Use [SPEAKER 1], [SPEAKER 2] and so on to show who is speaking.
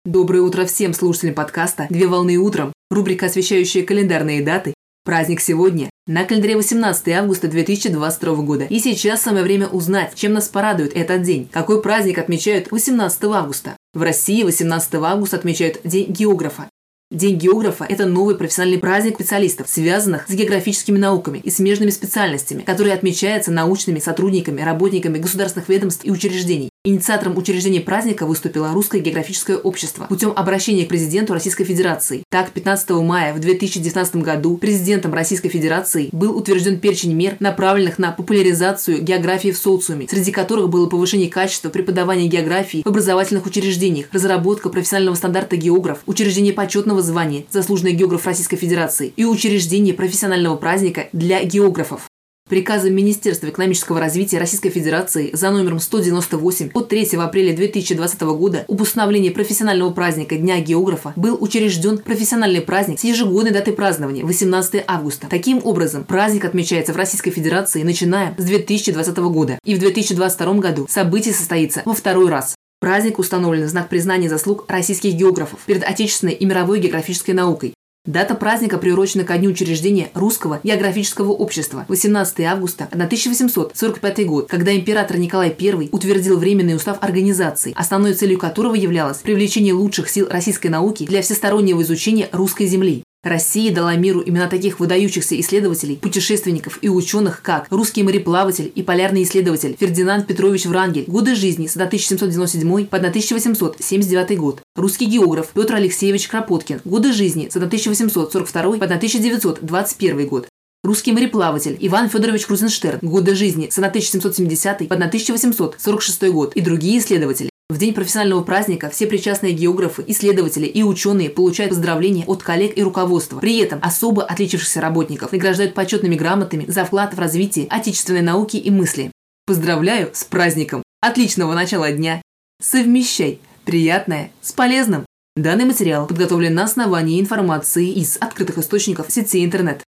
[SPEAKER 1] Доброе утро всем слушателям подкаста «Две волны утром», рубрика, освещающая календарные даты. Праздник сегодня. На календаре 18 августа 2022 года. И сейчас самое время узнать, чем нас порадует этот день. Какой праздник отмечают 18 августа? В России 18 августа отмечают День географа. День географа – это новый профессиональный праздник специалистов, связанных с географическими науками и смежными специальностями, который отмечается научными сотрудниками, работниками государственных ведомств и учреждений. Инициатором учреждения праздника выступило Русское географическое общество путем обращения к президенту Российской Федерации. Так, 15 мая в 2019 году президентом Российской Федерации был утвержден перечень мер, направленных на популяризацию географии в социуме, среди которых было повышение качества преподавания географии в образовательных учреждениях, разработка профессионального стандарта географ, учреждение почетного звания «Заслуженный географ Российской Федерации» и учреждение профессионального праздника для географов. Приказом Министерства экономического развития Российской Федерации за номером 198 от 3 апреля 2020 года об установлении профессионального праздника Дня географа был учрежден профессиональный праздник с ежегодной датой празднования – 18 августа. Таким образом, праздник отмечается в Российской Федерации начиная с 2020 года. И в 2022 году событие состоится во второй раз. Праздник установлен в знак признания заслуг российских географов перед отечественной и мировой географической наукой. Дата праздника приурочена ко дню учреждения Русского географического общества – 18 августа 1845 год, когда император Николай I утвердил Временный устав организации, основной целью которого являлось привлечение лучших сил российской науки для всестороннего изучения русской земли. Россия дала миру имена таких выдающихся исследователей, путешественников и ученых, как русский мореплаватель и полярный исследователь Фердинанд Петрович Врангель, годы жизни с 1797 по 1879 год, русский географ Петр Алексеевич Кропоткин, годы жизни с 1842 по 1921 год, русский мореплаватель Иван Федорович Крузенштерн, годы жизни с 1770 по 1846 год и другие исследователи. В день профессионального праздника все причастные географы, исследователи и ученые получают поздравления от коллег и руководства. При этом особо отличившихся работников награждают почетными грамотами за вклад в развитие отечественной науки и мысли. Поздравляю с праздником! Отличного начала дня! Совмещай приятное с полезным! Данный материал подготовлен на основании информации из открытых источников сети интернет.